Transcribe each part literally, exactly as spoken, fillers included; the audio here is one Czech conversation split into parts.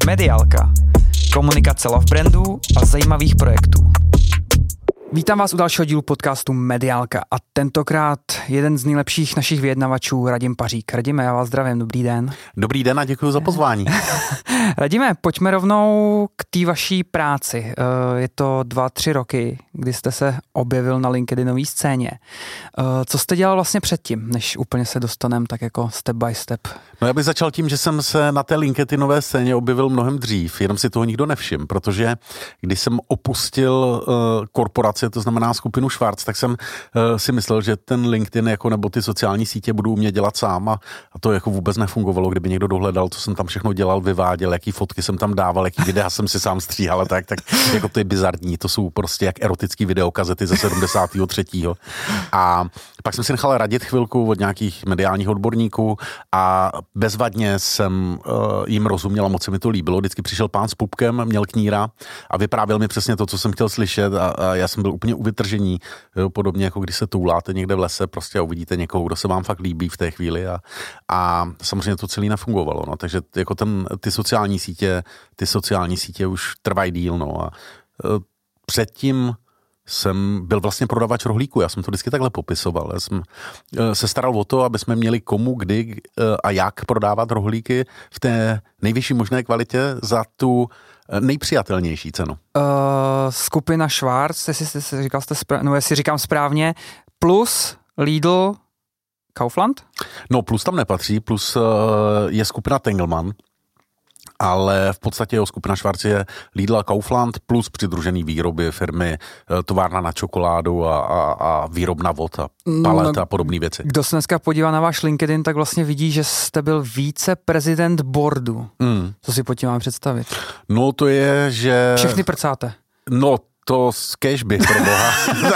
Mediálka. Komunikace love brandů a zajímavých projektů. Vítám vás u dalšího dílu podcastu Mediálka a tentokrát jeden z nejlepších našich vyjednavačů, Radim Pařík. Radime, já vás zdravím, dobrý den. Dobrý den a děkuji za pozvání. Radime, pojďme rovnou k té vaší práci. Je to dva, tři roky, kdy jste se objevil na LinkedInové scéně. Co jste dělal vlastně předtím, než úplně se dostaneme tak jako step by step? No já bych začal tím, že jsem se na té LinkedInové scéně objevil mnohem dřív, jenom si toho nikdo nevšiml, protože když jsem opustil uh, korporaci, to znamená skupinu Schwarz, tak jsem uh, si myslel, že ten LinkedIn jako nebo ty sociální sítě budu umět dělat sám a, a to jako vůbec nefungovalo, kdyby někdo dohledal, co jsem tam všechno dělal, vyváděl, jaký fotky jsem tam dával, jaký videa jsem si sám stříhal a tak, tak jako to je bizarní, to jsou prostě jak erotický videokazety ze sedmdesátého třetího A pak jsem si nechal radit chvilku od nějakých mediálních odborníků a bezvadně jsem uh, jim rozuměl a moc se mi to líbilo. Vždycky přišel pán s pupkem, měl kníra a vyprávěl mi přesně to, co jsem chtěl slyšet a, a já jsem byl úplně u vytržení. Jo, podobně jako když se touláte někde v lese prostě a uvidíte někoho, kdo se vám fakt líbí v té chvíli a, a samozřejmě to celé nefungovalo. No. Takže jako ten, ty sociální sítě, ty sociální sítě už trvají díl. No. A uh, předtím jsem byl vlastně prodavač rohlíku, já jsem to vždycky takhle popisoval. Já jsem se staral o to, aby jsme měli komu, kdy a jak prodávat rohlíky v té nejvyšší možné kvalitě za tu nejpřijatelnější cenu. Uh, skupina Schwarz, jestli jste říkal, jste spra- no jestli říkám správně, plus Lidl, Kaufland? No plus tam nepatří, plus uh, je skupina Tengelmann, ale v podstatě jeho skupina Schwarz je Lidl a Kaufland plus přidružený výroby firmy, továrna na čokoládu a, a, a výrobna vod a palet no, a podobné věci. Kdo se dneska podívá na váš LinkedIn, tak vlastně vidí, že jste byl viceprezident boardu. Mm. Co si pod tím mám představit? No to je, že... Všechny prcáte. No to z cashby, pro boha.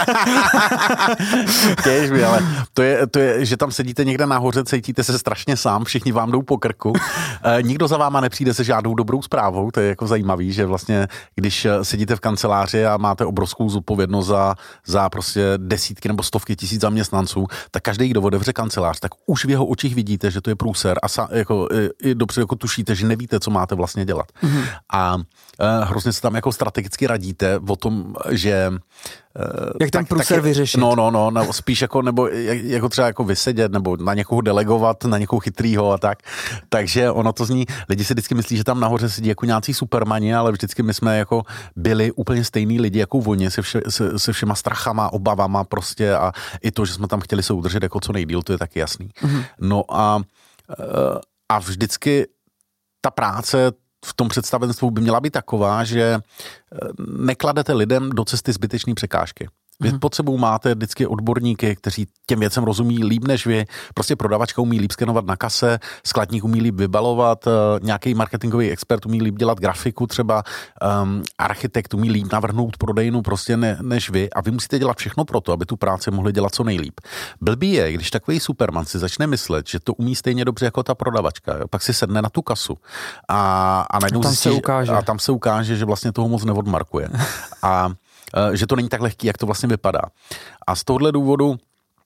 Cashby, ale to je, to je, že tam sedíte někde nahoře, cítíte se strašně sám, všichni vám jdou po krku. E, nikdo za váma nepřijde se žádnou dobrou zprávou, to je jako zajímavý, že vlastně, když sedíte v kanceláři a máte obrovskou zodpovědnost za, za prostě desítky nebo stovky tisíc zaměstnanců, tak každý, kdo otevře kancelář, tak už v jeho očích vidíte, že to je průser a sa, jako, i, i dobře jako tušíte, že nevíte, co máte vlastně dělat. Mm-hmm. A e, hrozně se tam jako strategicky radíte o tom, že jak ten průser vyřešit. No, no, no, no, spíš jako, nebo jako třeba jako vysedět, nebo na někoho delegovat, na někoho chytrýho a tak. Takže ono to zní, lidi si vždycky myslí, že tam nahoře sedí jako nějací supermani, ale vždycky my jsme jako byli úplně stejný lidi jako oni, se, vše, se, se všema strachama, obavama prostě a i to, že jsme tam chtěli se udržet jako co nejdýl, to je taky jasný. Mm-hmm. No a, a vždycky ta práce v tom představenstvu by měla být taková, že nekladete lidem do cesty zbytečné překážky. Vy hmm. pod sebou máte vždycky odborníky, kteří těm věcem rozumí líp než vy. Prostě prodavačka umí líp skenovat na kase, skladník umí líp vybalovat, nějaký marketingový expert umí líp dělat grafiku třeba, um, architekt umí líp navrhnout prodejnu prostě ne, než vy a vy musíte dělat všechno pro to, aby tu práci mohli dělat co nejlíp. Blbý je, když takový superman si začne myslet, že to umí stejně dobře jako ta prodavačka, jo? Pak si sedne na tu kasu a, a, a, tam zjistí, se ukáže. a tam se ukáže, že vlastně toho moc neodmarkuje. A že to není tak lehký, jak to vlastně vypadá. A z tohohle důvodu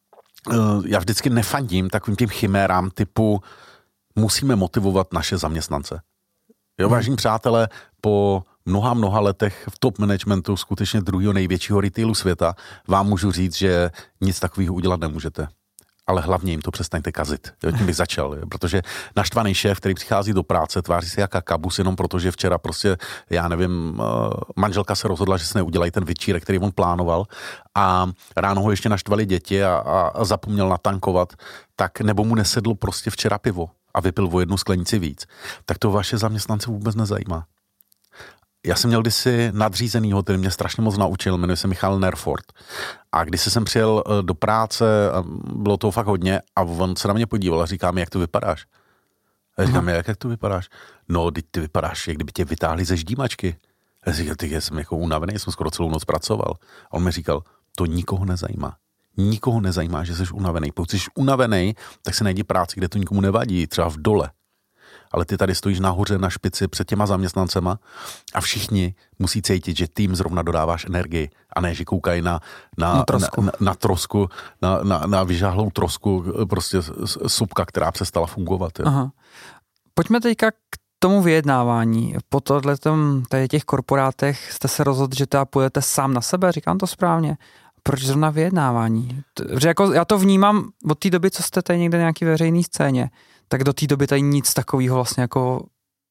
já vždycky nefandím takovým tím chimérám typu musíme motivovat naše zaměstnance. Jo, vážení přátelé, po mnoha, mnoha letech v top managementu skutečně druhého největšího retailu světa vám můžu říct, že nic takového udělat nemůžete. Ale hlavně jim to přestaňte kazit. Jo, tím bych začal, jo, protože naštvaný šéf, který přichází do práce, tváří se jaká kabus, jenom protože včera prostě, já nevím, manželka se rozhodla, že se neudělají ten večírek, který on plánoval a ráno ho ještě naštvali děti a, a zapomněl natankovat, tak nebo mu nesedlo prostě včera pivo a vypil o jednu sklenici víc, tak to vaše zaměstnance vůbec nezajímá. Já jsem měl kdysi nadřízenýho, který mě strašně moc naučil, jmenuje se Michal Nerford. A když jsem přijel do práce, bylo toho fakt hodně, a on se na mě podíval a říká mi, jak to vypadáš. A říkám mi, jak, jak to vypadáš? No, teď ty vypadáš, jak kdyby tě vytáhli ze ždímačky. A říkal, ty jsem jako unavený, jsem skoro celou noc pracoval. A on mi říkal, to nikoho nezajímá. Nikoho nezajímá, že jsi unavený. Pokud jsi unavený, tak se najdi práci, kde to nikomu nevadí, třeba v dole. Ale ty tady stojíš nahoře na špici před těma zaměstnancema a všichni musí cítit, že tým zrovna dodáváš energii a ne, že koukají na, na, na, trosku. na, na trosku, na, na, na vyžáhlou trosku, prostě supka, která přestala fungovat. Jo. Aha. Pojďme teďka k tomu vyjednávání. Po tohletom, tady těch korporátech jste se rozhodli, že teda půjdete sám na sebe, říkám to správně. Proč zrovna vyjednávání? Protože jako já to vnímám od té doby, co jste tady někde na nějaký veřejný scéně, tak do té doby tady nic takového vlastně jako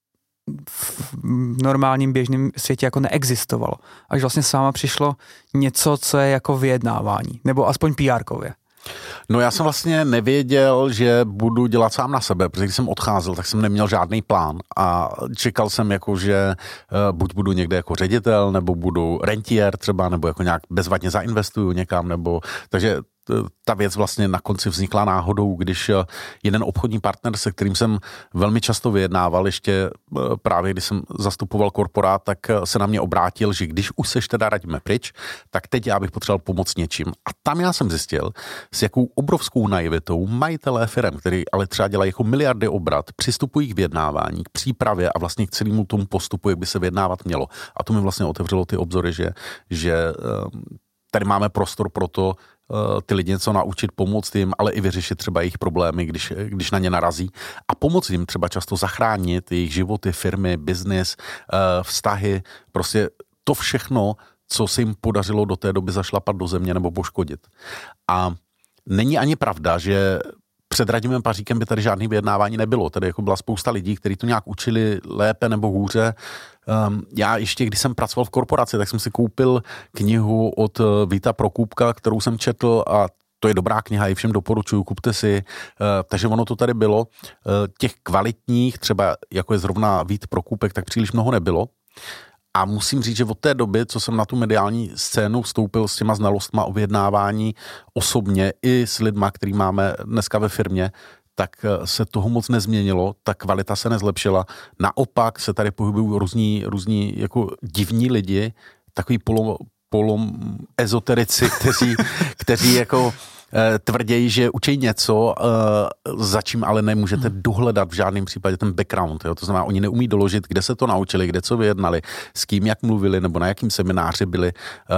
v normálním běžném světě jako neexistovalo. Až vlastně s váma přišlo něco, co je jako vyjednávání. Nebo aspoň P R-kově. No já jsem vlastně nevěděl, že budu dělat sám na sebe, protože když jsem odcházel, tak jsem neměl žádný plán a čekal jsem jako, že buď budu někde jako ředitel, nebo budu rentier třeba, nebo jako nějak bezvadně zainvestuju někam, nebo takže ta věc vlastně na konci vznikla náhodou, když jeden obchodní partner, se kterým jsem velmi často vyjednával, ještě právě když jsem zastupoval korporát, tak se na mě obrátil, že když už seš teda Radime pryč, tak teď já bych potřeboval pomoct něčím. A tam já jsem zjistil, s jakou obrovskou naivitou majitelé firem, který ale třeba dělají jako miliardy obrat, přistupují k vyjednávání, k přípravě a vlastně k celému tomu postupu, jak by se vyjednávat mělo. A to mi vlastně otevřelo ty obzory, že, že tady máme prostor pro to, ty lidi něco naučit, pomoct jim, ale i vyřešit třeba jejich problémy, když, když na ně narazí a pomoct jim třeba často zachránit jejich životy, firmy, biznis, vztahy, prostě to všechno, co se jim podařilo do té doby zašlapat do země nebo poškodit. A není ani pravda, že před Radimem Paříkem by tady žádný vyjednávání nebylo. Tady jako byla spousta lidí, kteří to nějak učili lépe nebo hůře. Um, já ještě, když jsem pracoval v korporaci, tak jsem si koupil knihu od Víta Prokůpka, kterou jsem četl a to je dobrá kniha, ji všem doporučuju, kupte si. Uh, takže ono to tady bylo. Uh, těch kvalitních, třeba jako je zrovna Vít Prokůpek, tak příliš mnoho nebylo. A musím říct, že od té doby, co jsem na tu mediální scénu vstoupil s těma znalostma o vyjednávání osobně i s lidma, který máme dneska ve firmě, tak se toho moc nezměnilo, ta kvalita se nezlepšila. Naopak se tady pohybují různí, různí jako divní lidi, takový polo, polo ezoterici, kteří, kteří jako tvrdějí, že učí něco, za čím ale nemůžete dohledat v žádném případě ten background. Jo? To znamená, oni neumí doložit, kde se to naučili, kde co vyjednali, s kým jak mluvili, nebo na jakým semináři byli.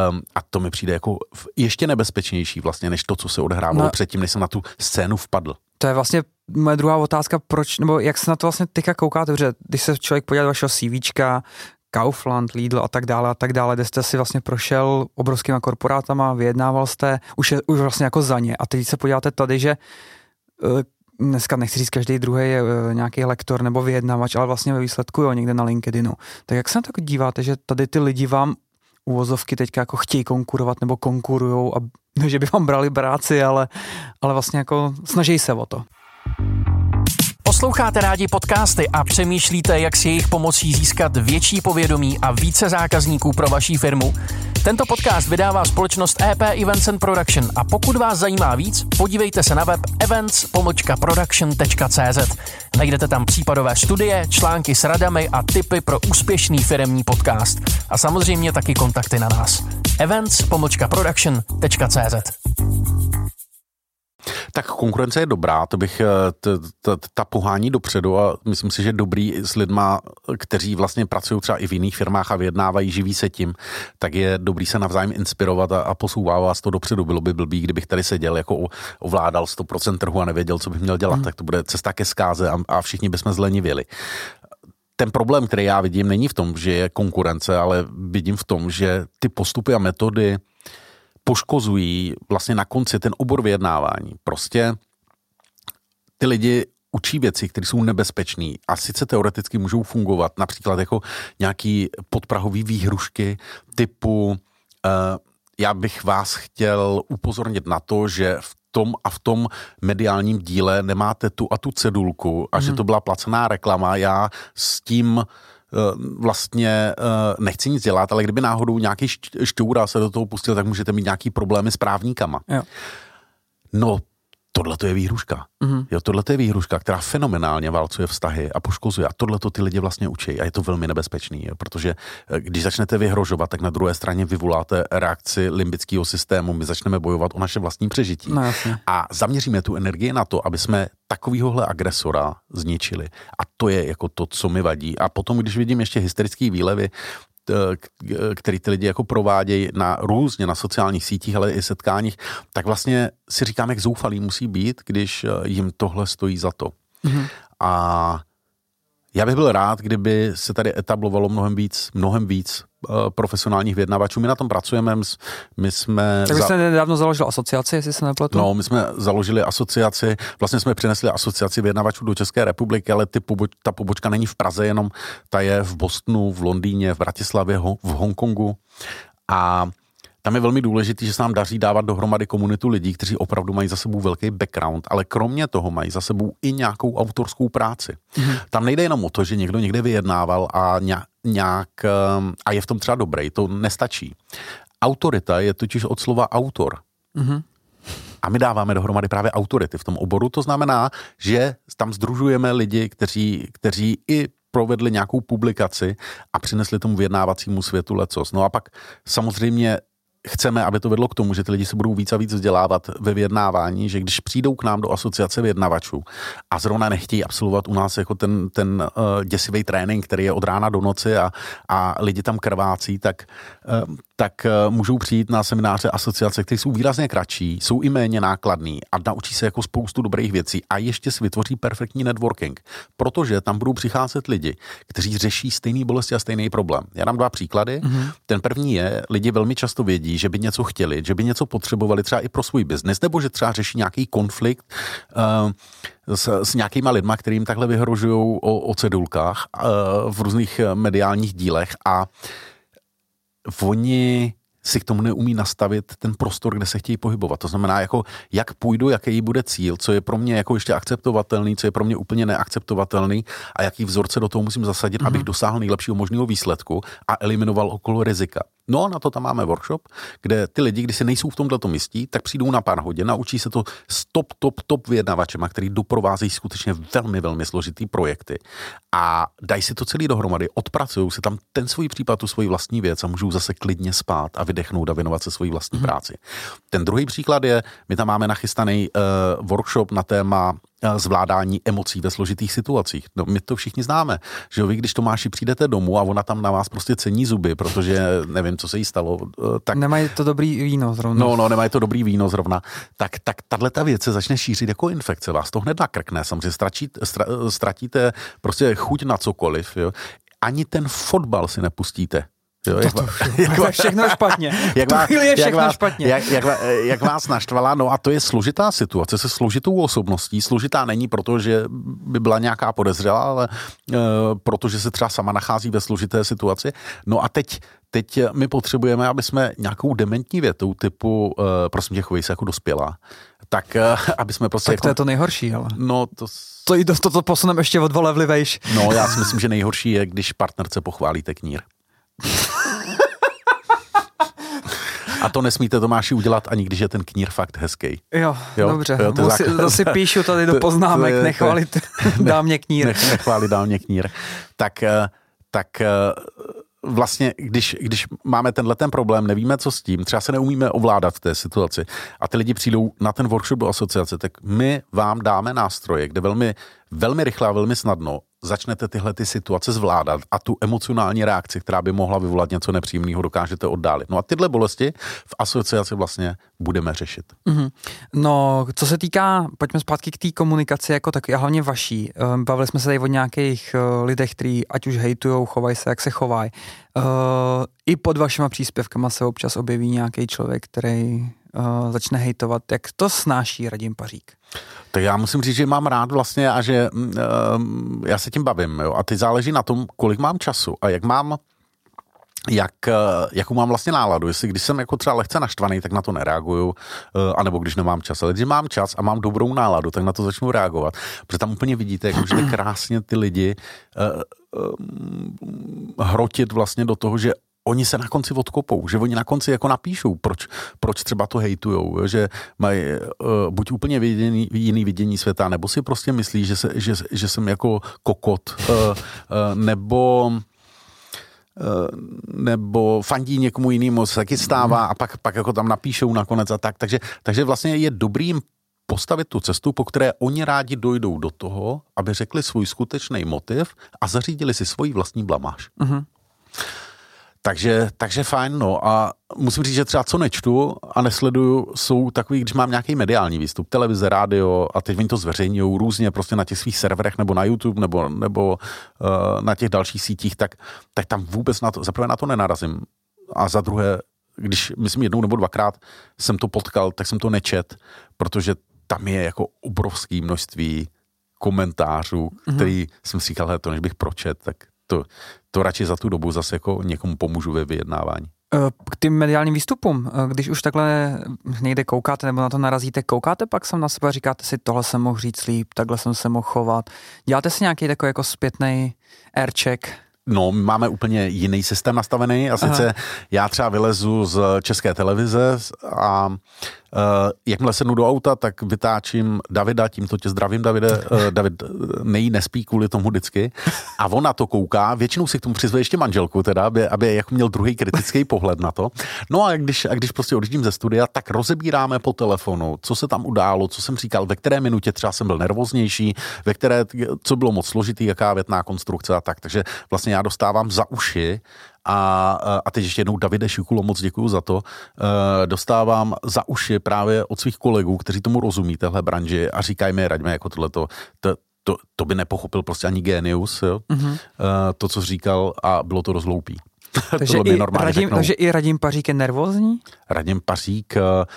A to mi přijde jako ještě nebezpečnější vlastně, než to, co se odehrávalo no. předtím, než jsem na tu scénu vpadl. To je vlastně moje druhá otázka, proč, nebo jak se na to vlastně teďka koukáte, protože když se člověk podívá do vašeho CVčka, Kaufland, Lidl a tak dále a tak dále, kde jste si vlastně prošel obrovskýma korporátama, vyjednával jste, už, je, už vlastně jako za ně. A teď se podíváte tady, že dneska nechci říct, každý druhý je nějaký lektor nebo vyjednavač, ale vlastně ve výsledku jo, někde na LinkedInu. Tak jak se na to díváte, že tady ty lidi vám uvozovky teďka jako chtějí konkurovat nebo konkurujou a že by vám brali práci, ale, ale vlastně jako snaží se o to. Posloucháte rádi podcasty a přemýšlíte, jak si jejich pomocí získat větší povědomí a více zákazníků pro vaši firmu? Tento podcast vydává společnost E P Events and Production a pokud vás zajímá víc, podívejte se na web events pomlčka production tečka cé zet. Najdete tam případové studie, články s radami a tipy pro úspěšný firemní podcast. A samozřejmě taky kontakty na nás. events pomlčka production tečka cé zet. Tak konkurence je dobrá, to bych t, t, ta pohání dopředu a myslím si, že dobrý s lidma, kteří vlastně pracují třeba i v jiných firmách a vyjednávají, živí se tím, tak je dobrý se navzájem inspirovat a, a posouvá vás to dopředu. Bylo by blbý, kdybych tady seděl jako ovládal sto procent trhu a nevěděl, co bych měl dělat, hmm. tak to bude cesta ke zkáze a, a všichni bychom zlenivěli. Ten problém, který já vidím, není v tom, že je konkurence, ale vidím v tom, že ty postupy a metody poškozují vlastně na konci ten obor vyjednávání. Prostě ty lidi učí věci, které jsou nebezpečné a sice teoreticky můžou fungovat, například jako nějaký podprahový výhrušky typu uh, já bych vás chtěl upozornit na to, že v tom a v tom mediálním díle nemáte tu a tu cedulku a mm. že to byla placená reklama, já s tím vlastně nechci nic dělat, ale kdyby náhodou nějaký šťoura se do toho pustil, tak můžete mít nějaký problémy s právníkama. Jo. No, tohle to je výhruška. Mm-hmm. Jo, tohle to je výhruška, která fenomenálně válcuje vztahy a poškozuje. A tohle to ty lidi vlastně učí. A je to velmi nebezpečný, jo, protože když začnete vyhrožovat, tak na druhé straně vyvoláte reakci limbického systému. My začneme bojovat o naše vlastní přežití. No, a zaměříme tu energii na to, aby jsme takovýhohle agresora zničili. A to je jako to, co mi vadí. A potom, když vidím ještě hysterické výlevy, který ty lidi jako provádějí na různě na sociálních sítích, ale i setkáních, tak vlastně si říkám, jak zoufalý musí být, když jim tohle stojí za to. Mm-hmm. A Já bych byl rád, kdyby se tady etablovalo mnohem víc, mnohem víc uh, profesionálních vyjednavačů. My na tom pracujeme, my jsme... Tak vy jste za... nedávno založil asociaci, jestli se nepletu? No, my jsme založili asociaci, vlastně jsme přinesli asociaci vyjednavačů do České republiky, ale ty poboč, ta pobočka není v Praze jenom, ta je v Bostonu, v Londýně, v Bratislavě, ho, v Hongkongu a tam je velmi důležité, že se nám daří dávat dohromady komunitu lidí, kteří opravdu mají za sebou velký background, ale kromě toho mají za sebou i nějakou autorskou práci. Mm-hmm. Tam nejde jenom o to, že někdo někde vyjednával a nějak, a je v tom třeba dobrý, to nestačí. Autorita je totiž od slova autor. Mm-hmm. A my dáváme dohromady právě autority v tom oboru, to znamená, že tam sdružujeme lidi, kteří, kteří i provedli nějakou publikaci a přinesli tomu vyjednávacímu světu lecos. No a pak samozřejmě chceme, aby to vedlo k tomu, že ty lidi se budou víc a víc vzdělávat ve vyjednávání, že když přijdou k nám do asociace vyjednavačů a zrovna nechtějí absolvovat u nás jako ten, ten uh, děsivý trénink, který je od rána do noci a, a lidi tam krvácí, tak, uh, tak uh, můžou přijít na semináře asociace, které jsou výrazně kratší, jsou i méně nákladný a naučí se jako spoustu dobrých věcí a ještě si vytvoří perfektní networking, protože tam budou přicházet lidi, kteří řeší stejný bolesti a stejný problém. Já dám dva příklady. Mm-hmm. Ten první je, lidi velmi často vědí, že by něco chtěli, že by něco potřebovali třeba i pro svůj biznis, nebo že třeba řeší nějaký konflikt uh, s, s nějakýma lidma, kterým takhle vyhrožují o, o cedulkách uh, v různých mediálních dílech a oni si k tomu neumí nastavit ten prostor, kde se chtějí pohybovat. To znamená, jako, jak půjdu, jaký bude cíl, co je pro mě jako ještě akceptovatelný, co je pro mě úplně neakceptovatelný a jaký vzorce do toho musím zasadit, mm-hmm. abych dosáhl nejlepšího možného výsledku a eliminoval okolo rizika. No a na to tam máme workshop, kde ty lidi, když si nejsou v tomhletom jistí, tak přijdou na pár hodin, naučí se to s top, top, top vyjednavačema, který doprovázejí skutečně velmi, velmi složitý projekty a dají si to celý dohromady, odpracují si tam ten svůj případ, tu svoji vlastní věc a můžou zase klidně spát a vydechnout a věnovat se svojí vlastní hmm. práci. Ten druhý příklad je, my tam máme nachystaný uh, workshop na téma zvládání emocí ve složitých situacích. No, my to všichni známe, že vy, když Tomáši přijdete domů a ona tam na vás prostě cení zuby, protože nevím, co se jí stalo. Tak... Nemají to dobrý víno zrovna. No, no, nemají to dobrý víno zrovna. Tak, tak tato věc se začne šířit jako infekce. Vás to hned nakrkne. Samozřejmě ztratíte, ztratíte prostě chuť na cokoliv. Jo. Ani ten fotbal si nepustíte. Jo, jak, to, to, jak to je všechno špatně. Jak vás, je všechno jak vás, špatně. Jak, jak, jak vás naštvala, no a to je složitá situace se složitou osobností. Složitá není proto, že by byla nějaká podezřelá, ale e, protože se třeba sama nachází ve složité situaci. No a teď, teď my potřebujeme, aby jsme nějakou dementní větou typu, e, prosím tě, chovej se jako dospělá, tak e, aby jsme prostě... Tak jako, to je to nejhorší, ale... No to... To, to, to, to posuneme ještě o dva levely vejš. No já si myslím, že nejhorší je, když partnerce pochválíte knír. A to nesmíte, Tomáši, udělat, ani když je ten knír fakt hezký. Jo, jo, dobře. Jo, to, si, to si píšu tady do poznámek, to, to nechválit dámě knír. Nech, nechválit dámě knír. Tak, tak vlastně, když, když máme tenhle ten problém, nevíme, co s tím, třeba se neumíme ovládat v té situaci a ty lidi přijdou na ten workshop do asociace, tak my vám dáme nástroje, kde velmi, velmi rychle a velmi snadno začnete tyhle ty situace zvládat a tu emocionální reakci, která by mohla vyvolat něco nepříjemného, dokážete oddálit. No a tyhle bolesti v asociaci vlastně budeme řešit. Mm-hmm. No, co se týká, pojďme zpátky k té komunikaci jako taky a hlavně vaší. Bavili jsme se tady o nějakých lidech, kteří ať už hejtujou, chovají se, jak se chovají. Uh, I pod vašima příspěvkama se občas objeví nějaký člověk, který uh, začne hejtovat. Jak to snáší Radim Pařík? Tak já musím říct, že mám rád vlastně a že uh, já se tím bavím. Jo? A teď záleží na tom, kolik mám času a jak mám, jak, jakou mám vlastně náladu. Jestli když jsem jako třeba lehce naštvaný, tak na to nereaguju, uh, anebo když nemám čas. Ale když mám čas a mám dobrou náladu, tak na to začnu reagovat. Protože tam úplně vidíte, jak můžete krásně ty lidi uh, uh, hrotit vlastně do toho, že oni se na konci odkopou, že oni na konci jako napíšou, proč, proč třeba to hejtujou, jo? Že mají uh, buď úplně viděný, jiný vidění světa, nebo si prostě myslí, že, se, že, že jsem jako kokot, uh, uh, nebo uh, nebo fandí někomu jinému, se taky stává a pak, pak jako tam napíšou nakonec a tak. Takže, takže vlastně je dobrý jim postavit tu cestu, po které oni rádi dojdou do toho, aby řekli svůj skutečný motiv a zařídili si svoji vlastní blamáž. Uh-huh. Takže, takže fajn, no a musím říct, že třeba co nečtu a nesleduju, jsou takový, když mám nějaký mediální výstup, televize, rádio a teď oni to zveřejňují různě prostě na těch svých serverech nebo na YouTube nebo, nebo uh, na těch dalších sítích, tak, tak tam vůbec na to, zaprvé na to nenarazím a za druhé, když myslím jednou nebo dvakrát jsem to potkal, tak jsem to nečet, protože tam je jako obrovské množství komentářů, mm-hmm. který jsem si říkal, to než bych pročet, tak to, to radši za tu dobu zase jako někomu pomůžu ve vyjednávání. K tím mediálním výstupům, když už takhle někde koukáte nebo na to narazíte, koukáte pak sam na sebe a říkáte si, tohle jsem mohl říct líp, takhle jsem se mohl chovat. Děláte si nějaký takový jako zpětnej aircheck? No, máme úplně jiný systém nastavený a sice Aha. já třeba vylezu z České televize a uh, jakmile sednu do auta, tak vytáčím Davida, tímto tě zdravím, Davide, uh, David nejí, nespí kvůli tomu vždycky a on na to kouká, většinou si k tomu přizve ještě manželku teda, aby, aby jako měl druhý kritický pohled na to. No a když, a když prostě odjíždím ze studia, tak rozebíráme po telefonu, co se tam událo, co jsem říkal, ve které minutě třeba jsem byl nervóznější, ve které, co bylo moc složitý, jaká větná konstrukce a tak, takže vlastně já dostávám za uši a, a teď ještě jednou Davide Šikulo, moc děkuju za to, dostávám za uši právě od svých kolegů, kteří tomu rozumí, téhle branži a říkají mi, raďme jako tohleto, to, to, to by nepochopil prostě ani génius, jo? Mm-hmm. To, co říkal a bylo to rozloupí. Takže, i Radim, takže i Radim Pařík je nervózní? Radim Pařík,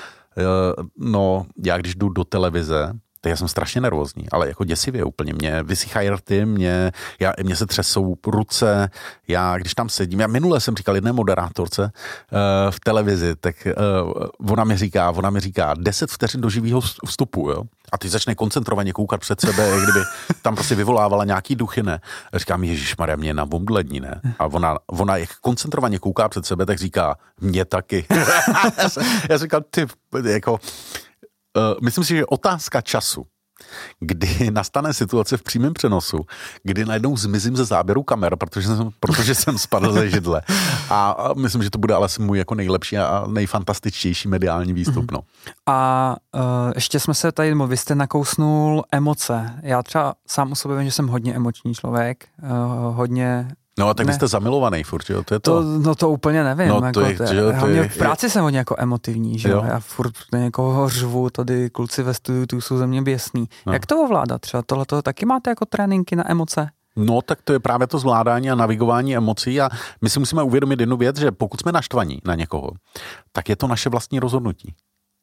no já když jdu do televize, tak já jsem strašně nervózní, ale jako děsivě úplně. Mě vysychají rty, mě, já, mě se třesou ruce, já když tam sedím, já minule jsem říkal jedné moderátorce uh, v televizi, tak uh, ona mi říká, ona mi říká deset vteřin do živého vstupu, jo? A ty začne koncentrovaně koukat před sebe, jak kdyby tam prostě vyvolávala nějaký duchy, ne? A říkám, ježišmarja, mě na bomdlední, ne? A ona, ona jak koncentrovaně kouká před sebe, tak říká, mě taky. já, jsem, já jsem říkal, ty, jako... Uh, myslím si, že otázka času, kdy nastane situace v přímém přenosu, kdy najednou zmizím ze záběru kamer, protože jsem, protože jsem spadl ze židle. A, a myslím, že to bude ale můj jako nejlepší a nejfantastičtější mediální výstup. No. A uh, ještě jsme se tady, vy jste nakousnul emoce. Já třeba sám u sebe vím, že jsem hodně emoční člověk, uh, hodně... No a tak vy jste zamilovaný furt, jo? To je to. to. No to úplně nevím. No, jako to je, to je, to je, v práci jsem hodně jako emotivní, že jo? Já furt někoho řvu, tady kluci ve studiu, tu jsou ze mě běsný. No. Jak to ovládat třeba? Tohleto taky máte jako tréninky na emoce? No tak to je právě to zvládání a navigování emocí a my si musíme uvědomit jednu věc, že pokud jsme naštvaní na někoho, tak je to naše vlastní rozhodnutí.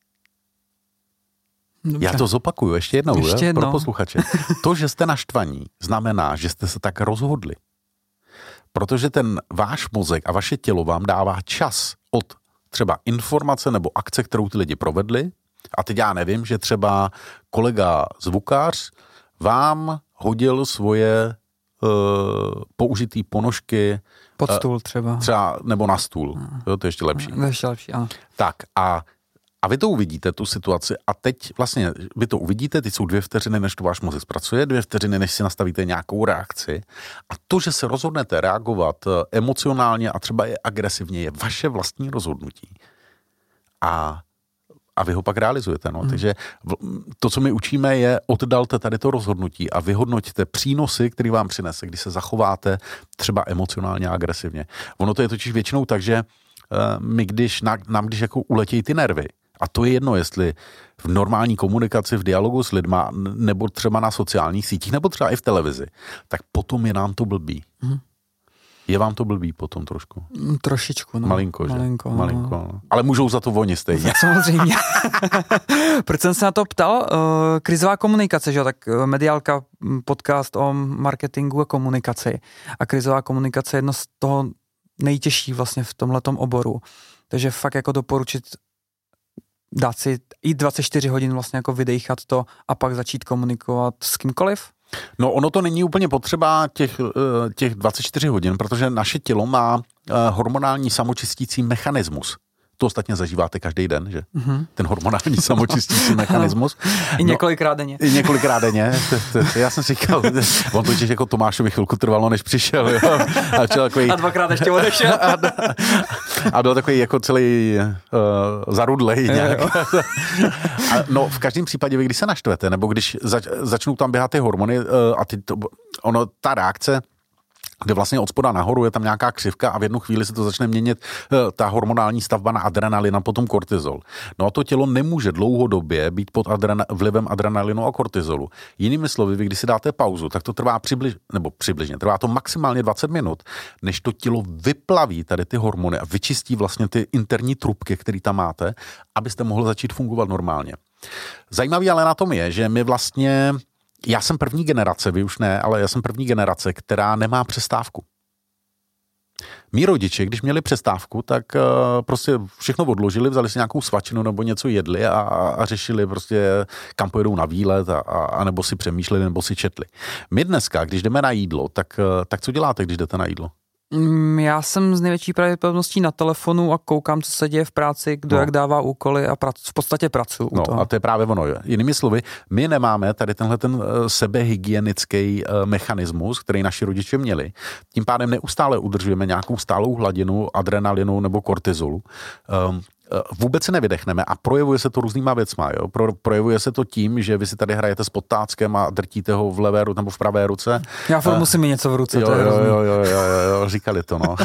Dobře. Já to zopakuju ještě jednou, ještě jednou. Pro posluchače. To, že jste naštvaní, znamená, že jste se tak rozhodli. Protože ten váš mozek a vaše tělo vám dává čas od třeba informace nebo akce, kterou ty lidi provedli. A teď já nevím, že třeba kolega zvukář vám hodil svoje uh, použitý ponožky pod stůl třeba. třeba nebo na stůl. Jo, to je ještě lepší. To je ještě lepší, ano. Tak a A vy to uvidíte, tu situaci, a teď vlastně vy to uvidíte, teď jsou dvě vteřiny, než to váš mozek zpracuje, dvě vteřiny, než si nastavíte nějakou reakci. A to, že se rozhodnete reagovat emocionálně a třeba je agresivně, je vaše vlastní rozhodnutí. A, a vy ho pak realizujete. No. Hmm. Takže to, co my učíme, je oddalte tady to rozhodnutí a vyhodnoťte přínosy, který vám přinese, když se zachováte třeba emocionálně a agresivně. Ono to je totiž většinou tak, že my když, nám když jako uletějí ty nervy, a to je jedno, jestli v normální komunikaci, v dialogu s lidma, nebo třeba na sociálních sítích, nebo třeba i v televizi, tak potom je nám to blbý. Hmm. Je vám to blbý potom trošku? Trošičku, no. Malinko, že? Malinko, Malinko no. Ale můžou za to oni stejně. Samozřejmě. Proč jsem se na to ptal? Uh, krizová komunikace, že? Tak Mediálka, podcast o marketingu a komunikaci. A krizová komunikace je jedno z toho nejtěžší vlastně v tomhletom oboru. Takže fakt jako doporučit dát si i dvacet čtyři hodin vlastně jako vydejchat to a pak začít komunikovat s kýmkoliv? No ono to není úplně potřeba těch, těch dvacet čtyři hodin, protože naše tělo má hormonální samočistící mechanismus. To ostatně zažíváte každý den, že? Mm-hmm. Ten hormonální samočistící mechanismus. I několikrát denně. No, I několikrát denně. Já jsem si říkal, on to jako Tomášovi chvilku trvalo, než přišel. Jo? A, takový, a dvakrát ještě odešel. A, a byl takový jako celý uh, zarudlej nějak. A no v každém případě, vy když se naštvete, nebo když zač, začnou tam běhat ty hormony uh, a ty to, ono, ta reakce kde vlastně od spoda nahoru je tam nějaká křivka a v jednu chvíli se to začne měnit ta hormonální stavba na adrenalin a potom kortizol. No a to tělo nemůže dlouhodobě být pod adrena, vlivem adrenalinu a kortizolu. Jinými slovy, vy když si dáte pauzu, tak to trvá přibliž, nebo přibližně, trvá to maximálně dvacet minut, než to tělo vyplaví tady ty hormony a vyčistí vlastně ty interní trubky, které tam máte, abyste mohli začít fungovat normálně. Zajímavý ale na tom je, že my vlastně Já jsem první generace, vy už ne, ale já jsem první generace, která nemá přestávku. Mí rodiče, když měli přestávku, tak uh, prostě všechno odložili, vzali si nějakou svačinu nebo něco jedli a, a řešili prostě, kam pojedou na výlet a, a, a nebo si přemýšleli, nebo si četli. My dneska, když jdeme na jídlo, tak, uh, tak co děláte, když jdete na jídlo? Já jsem z největší pravděpodobností na telefonu a koukám, co se děje v práci, kdo no. jak dává úkoly a prac, v podstatě pracuji. No a to je právě ono. Jinými slovy, my nemáme tady tenhle ten sebehygienický mechanismus, který naši rodiče měli. Tím pádem neustále udržujeme nějakou stálou hladinu adrenalinu nebo kortizolu. Um, Vůbec se nevydechneme a projevuje se to různýma věcma. Jo? Pro, projevuje se to tím, že vy si tady hrajete s podtáckem a drtíte ho v levé nebo v pravé ruce. Já furt uh, musím mít něco v ruce. Jo, to je jo, jo, jo, jo, jo, říkali to, no.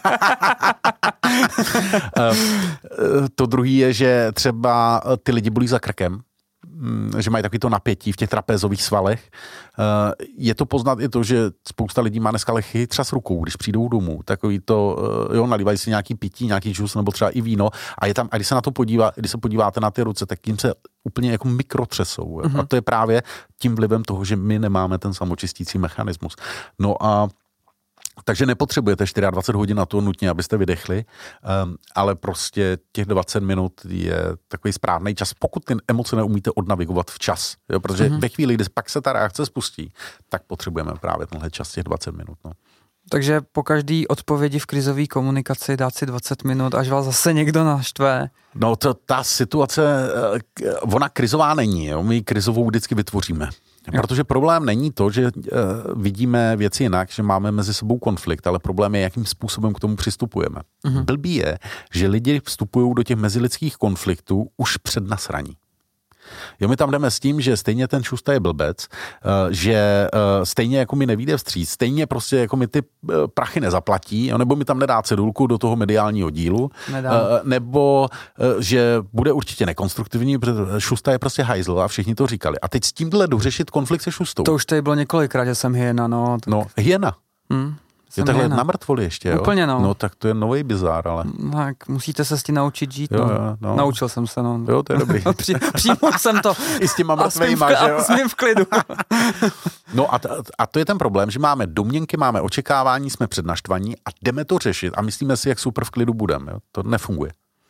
To druhý je, že třeba ty lidi bolí za krkem, že mají takový to napětí v těch trapézových svalech. Je to poznat i to, že spousta lidí má dneska lehký třas rukou, když přijdou domů. Takový to, jo, nalívají si nějaký pití, nějaký džus nebo třeba i víno a je tam, a když se na to podívá, když se podíváte na ty ruce, tak jim se úplně jako mikrotřesou. Mm-hmm. A to je právě tím vlivem toho, že my nemáme ten samočistící mechanismus. No a takže nepotřebujete dvacet čtyři hodin na to nutně, abyste vydechli, um, ale prostě těch dvacet minut je takový správný čas, pokud ty emoce neumíte odnavigovat včas. Jo? Protože mm-hmm. ve chvíli, kdy pak se ta reakce spustí, tak potřebujeme právě tenhle čas těch dvacet minut. No. Takže po každý odpovědi v krizové komunikaci dát si dvacet minut, až vás zase někdo naštve. No to, ta situace, ona krizová není, jo? My ji krizovou vždycky vytvoříme. Protože problém není to, že uh, vidíme věci jinak, že máme mezi sebou konflikt, ale problém je, jakým způsobem k tomu přistupujeme. Mm-hmm. Blbý je, že lidi vstupují do těch mezilidských konfliktů už před nasraní. Jo, my tam jdeme s tím, že stejně ten Šusta je blbec, že stejně jako mi nevyjde vstříc, stejně prostě jako mi ty prachy nezaplatí, nebo mi tam nedá cedulku do toho mediálního dílu, Nedám. nebo že bude určitě nekonstruktivní, protože Šusta je prostě hajzl a všichni to říkali. A teď s tímhle jdu řešit konflikt se Šustou. To už tady bylo několikrát, že jsem hyena, no. Tak... No, hyena. Hmm. Je takhle na mrtvoli ještě, jo? Úplně, no. No, tak to je nový bizár, ale... Tak, musíte se s tím naučit žít, jo, no. Jo, no. Naučil jsem se, no. Jo, to je dobrý. Při, přijmul jsem to. I s těma mrtvejma, že jo? A smím v klidu. No a, t- a to je ten problém, že máme domněnky, máme očekávání, jsme přednaštvaní a jdeme to řešit a myslíme si, jak super v klidu budeme, jo? To nefunguje.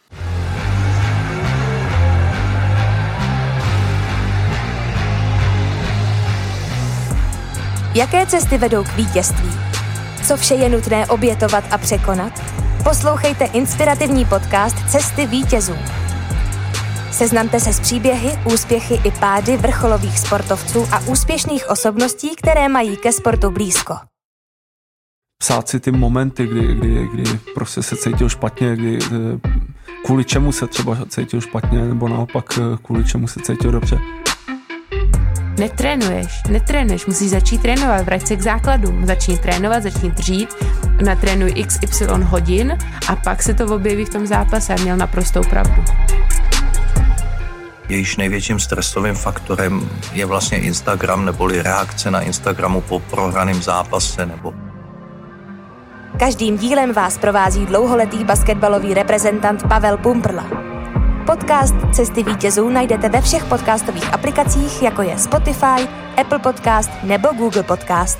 Jaké cesty vedou k vítězství? Co vše je nutné obětovat a překonat? Poslouchejte inspirativní podcast Cesty vítězů. Seznamte se s příběhy, úspěchy i pády vrcholových sportovců a úspěšných osobností, které mají ke sportu blízko. Psát si ty momenty, kdy, kdy, kdy prostě se cítil špatně, kdy, kvůli čemu se třeba cítil špatně, nebo naopak kvůli čemu se cítil dobře. Netrénuješ, netrénuješ, musíš začít trénovat, vrať se k základům, začni trénovat, začni dřít, natrénuj iks ypsilon hodin a pak se to objeví v tom zápase a měl naprostou pravdu. Jejíž největším stresovým faktorem je vlastně Instagram neboli reakce na Instagramu po prohraném zápase nebo... Každým dílem vás provází dlouholetý basketbalový reprezentant Pavel Pumprla. Podcast Cesty vítězů najdete ve všech podcastových aplikacích, jako je Spotify, Apple Podcast nebo Google Podcast.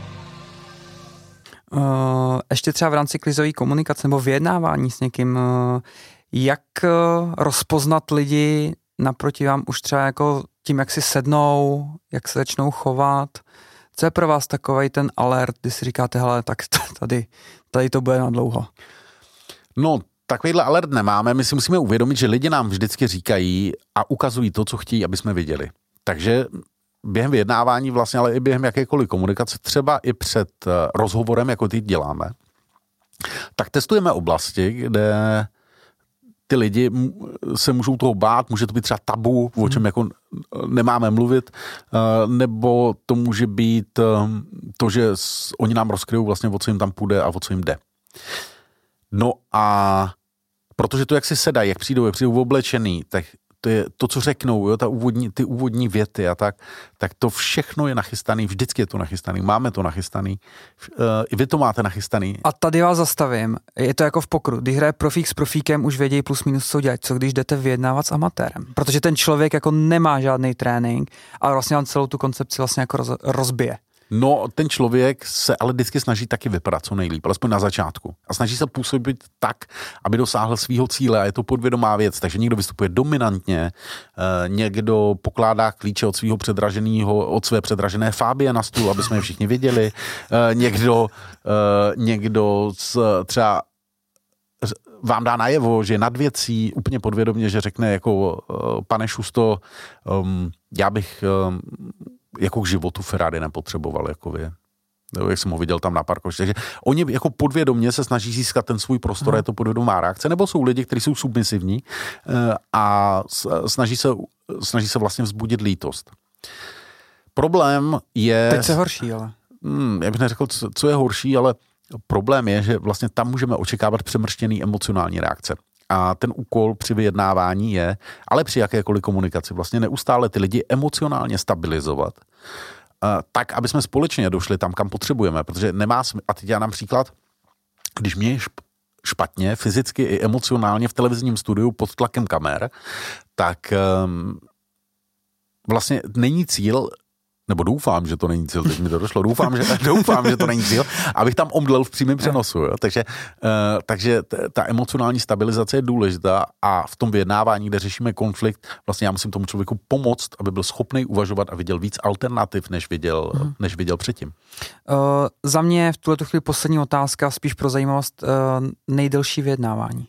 Uh, ještě třeba v rámci krizové komunikace nebo vyjednávání s někým, uh, jak uh, rozpoznat lidi naproti vám už třeba jako tím, jak si sednou, jak se začnou chovat. Co je pro vás takovej ten alert, kdy si říkáte, hele, tak tady, tady to bude na dlouho? No, takovýhle alert nemáme, my si musíme uvědomit, že lidi nám vždycky říkají a ukazují to, co chtějí, aby jsme viděli. Takže během vyjednávání vlastně, ale i během jakékoliv komunikace, třeba i před rozhovorem, jako teď děláme, tak testujeme oblasti, kde ty lidi se můžou toho bát, může to být třeba tabu, o čem jako nemáme mluvit, nebo to může být to, že oni nám rozkryjou vlastně, o co jim tam půjde a o co jim jde. No a protože to, jak si sedají, jak přijdou, jak přijdou oblečený, tak to je to, co řeknou, jo, ta úvodní, ty úvodní věty a tak, tak to všechno je nachystaný, vždycky je to nachystaný, máme to nachystaný, i vy to máte nachystaný. A tady vás zastavím, je to jako v pokru, když hraje profík s profíkem, už vědějí plus minus co dělat, co když jdete vyjednávat s amatérem, protože ten člověk jako nemá žádný trénink a vlastně on celou tu koncepci vlastně jako roz, rozbije. No, ten člověk se ale vždycky snaží taky vypadat co nejlíp, alespoň na začátku. A snaží se působit tak, aby dosáhl svého cíle a je to podvědomá věc. Takže někdo vystupuje dominantně, někdo pokládá klíče od svého předraženého, od své předražené Fabie na stůl, aby jsme je všichni viděli. Někdo, někdo třeba vám dá najevo, že je nad věcí úplně podvědomě, že řekne jako pane Šusto, já bych jako k životu Ferrari nepotřeboval, jako vy. Jak jsem ho viděl tam na parkovišti. Takže oni jako podvědomě se snaží získat ten svůj prostor, hmm. je to podvědomá reakce, nebo jsou lidi, kteří jsou submisivní a snaží se, snaží se vlastně vzbudit lítost. Problém je... Teď se horší, ale... Hmm, já bych neřekl, co je horší, ale problém je, že vlastně tam můžeme očekávat přemrštěný emocionální reakce. A ten úkol při vyjednávání je, ale při jakékoliv komunikaci, vlastně neustále ty lidi emocionálně stabilizovat, tak, aby jsme společně došli tam, kam potřebujeme, protože nemá smysl, a teď já dám příklad, když mě je špatně, fyzicky i emocionálně v televizním studiu pod tlakem kamer, tak um, vlastně není cíl, nebo doufám, že to není cíl, teď mi to došlo, doufám, že, doufám, že to není cíl, abych tam omdlel v přímém přenosu. Jo? Takže, uh, takže t- ta emocionální stabilizace je důležitá a v tom vyjednávání, kde řešíme konflikt, vlastně já musím tomu člověku pomoct, aby byl schopný uvažovat a viděl víc alternativ, než viděl, hmm. než viděl předtím. Uh, za mě v tuhle chvíli poslední otázka, spíš pro zajímavost, uh, nejdelší vyjednávání.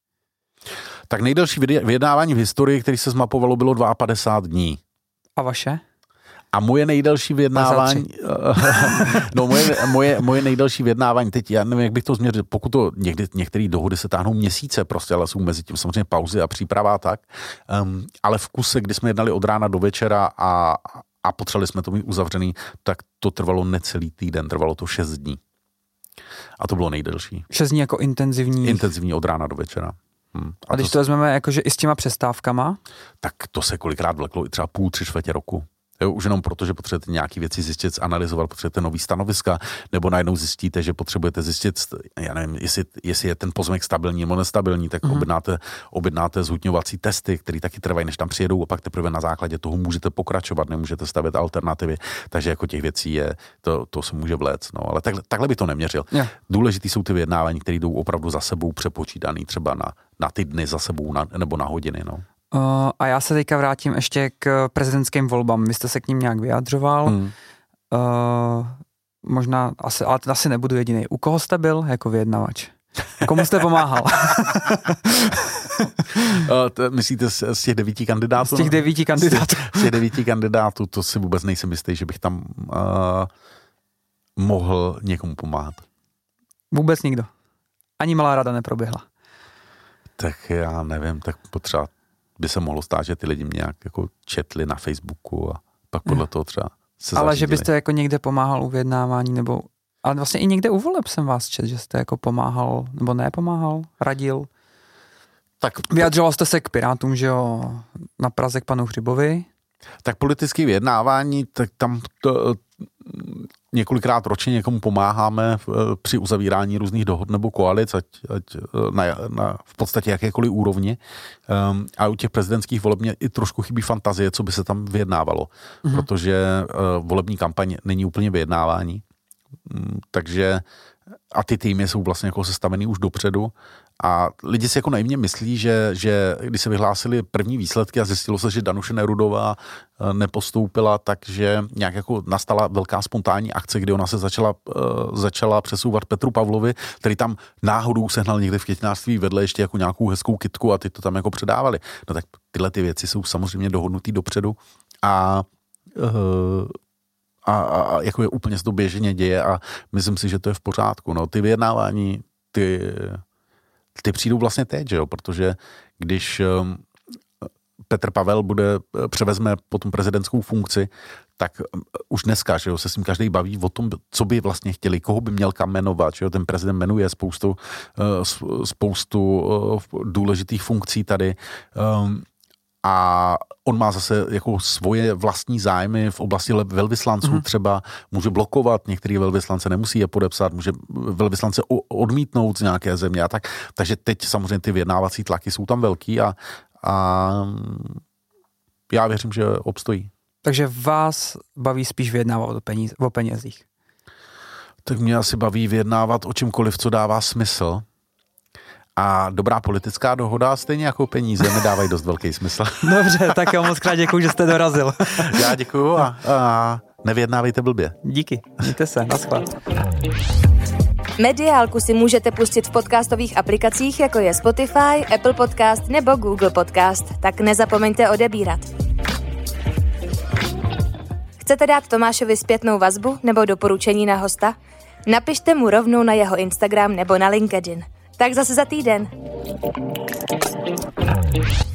Tak nejdelší vyjednávání v historii, který se zmapovalo, bylo padesát dva dní. A vaše? A moje nejdelší vyjednávání, no moje, moje, moje nejdelší vyjednávání, teď já nevím, jak bych to změřil, pokud to někdy, některé dohody se táhnou měsíce prostě, ale jsou mezi tím samozřejmě pauzy a příprava a tak, um, ale v kuse, kdy jsme jednali od rána do večera a, a potřebovali jsme to mít uzavřený, tak to trvalo necelý týden, trvalo to šest dní. A to bylo nejdelší. Šest dní jako intenzivní? Intenzivní od rána do večera. Hmm. A, a když to, to vezmeme jakože i s těma přestávkama? Tak to se kolikrát vleklo i třeba půl, tři čtvrtě roku. Jo, už jenom proto, že potřebujete nějaké věci zjistit, analyzovat, potřebujete nový stanoviska, nebo najednou zjistíte, že potřebujete zjistit, já nevím, jestli, jestli je ten pozemek stabilní nebo nestabilní, tak mm-hmm. objednáte, objednáte zhutňovací testy, které taky trvají, než tam přijedou, a pak teprve na základě toho můžete pokračovat, nemůžete stavět alternativy, takže jako těch věcí je, to, to se může vléct, no, ale takhle, takhle by to neměřil. Yeah. Důležitý jsou ty vyjednávání, které jdou opravdu za sebou přepočítaný třeba na, na ty dny za sebou na, nebo na hodiny, no. Uh, a já se teďka vrátím ještě k prezidentským volbám. Vy jste se k ním nějak vyjadřoval. Hmm. Uh, možná, asi, ale asi nebudu jediný. U koho jste byl jako vyjednavač? Komu jste pomáhal? uh, to, myslíte z, z těch devíti kandidátů? Z těch devíti kandidátů. Z těch devíti kandidátů, to si vůbec nejsem jistý, že bych tam uh, mohl někomu pomáhat. Vůbec nikdo. Ani malá rada neproběhla. Tak já nevím, tak potřeba by se mohlo stát, že ty lidi mě nějak jako četli na Facebooku a pak podle toho třeba se Ale zařídili. Že byste jako někde pomáhal u vyjednávání, nebo ale vlastně i někde u voleb jsem vás čet, že jste jako pomáhal, nebo nepomáhal, radil. Tak vyjadřoval jste se k Pirátům, že jo, na Praze k panu Hřibovi. Tak politické vyjednávání, tak tam to, několikrát ročně někomu pomáháme při uzavírání různých dohod nebo koalic, ať, ať na, na v podstatě jakékoliv úrovni. Um, a u těch prezidentských voleb mě i trošku chybí fantazie, co by se tam vyjednávalo, mm-hmm. protože uh, volební kampaň není úplně vyjednávání. Um, takže a ty týmy jsou vlastně jako sestavený už dopředu. A lidi si jako naivně myslí, že, že když se vyhlásili první výsledky a zjistilo se, že Danuše Nerudová nepostoupila, takže nějak jako nastala velká spontánní akce, kdy ona se začala, uh, začala přesouvat Petru Pavlovi, který tam náhodou sehnal někde v květinářství vedle ještě jako nějakou hezkou kytku a ty to tam jako předávali. No tak tyhle ty věci jsou samozřejmě dohodnutý dopředu a uh, A, a, a jako je úplně se to běžně děje a myslím si, že to je v pořádku. No, ty vyjednávání, ty, ty přijdou vlastně teď, že jo? Protože když Petr Pavel bude, převezme potom prezidentskou funkci, tak už dneska, že jo, se s ním každý baví o tom, co by vlastně chtěli, koho by měl kam jmenovat, že jo, ten prezident jmenuje spoustu, spoustu důležitých funkcí tady a on má zase jako svoje vlastní zájmy v oblasti velvyslanců, mm. třeba může blokovat, některé velvyslance nemusí je podepsat, může velvyslance odmítnout z nějaké země a tak, takže teď samozřejmě ty vyjednávací tlaky jsou tam velký a, a já věřím, že obstojí. Takže vás baví spíš vyjednávat o, peníz, o penězích? Tak mě asi baví vyjednávat o čemkoliv, co dává smysl. A dobrá politická dohoda, stejně jako peníze, mi dávají dost velký smysl. Dobře, tak jo, moc krát děkuju, že jste dorazil. Já děkuju a, a nevyjednávejte blbě. Díky, mějte se, naschvál. Mediálku si můžete pustit v podcastových aplikacích, jako je Spotify, Apple Podcast nebo Google Podcast, tak nezapomeňte odebírat. Chcete dát Tomášovi zpětnou vazbu nebo doporučení na hosta? Napište mu rovnou na jeho Instagram nebo na LinkedIn. Tak zase za týden.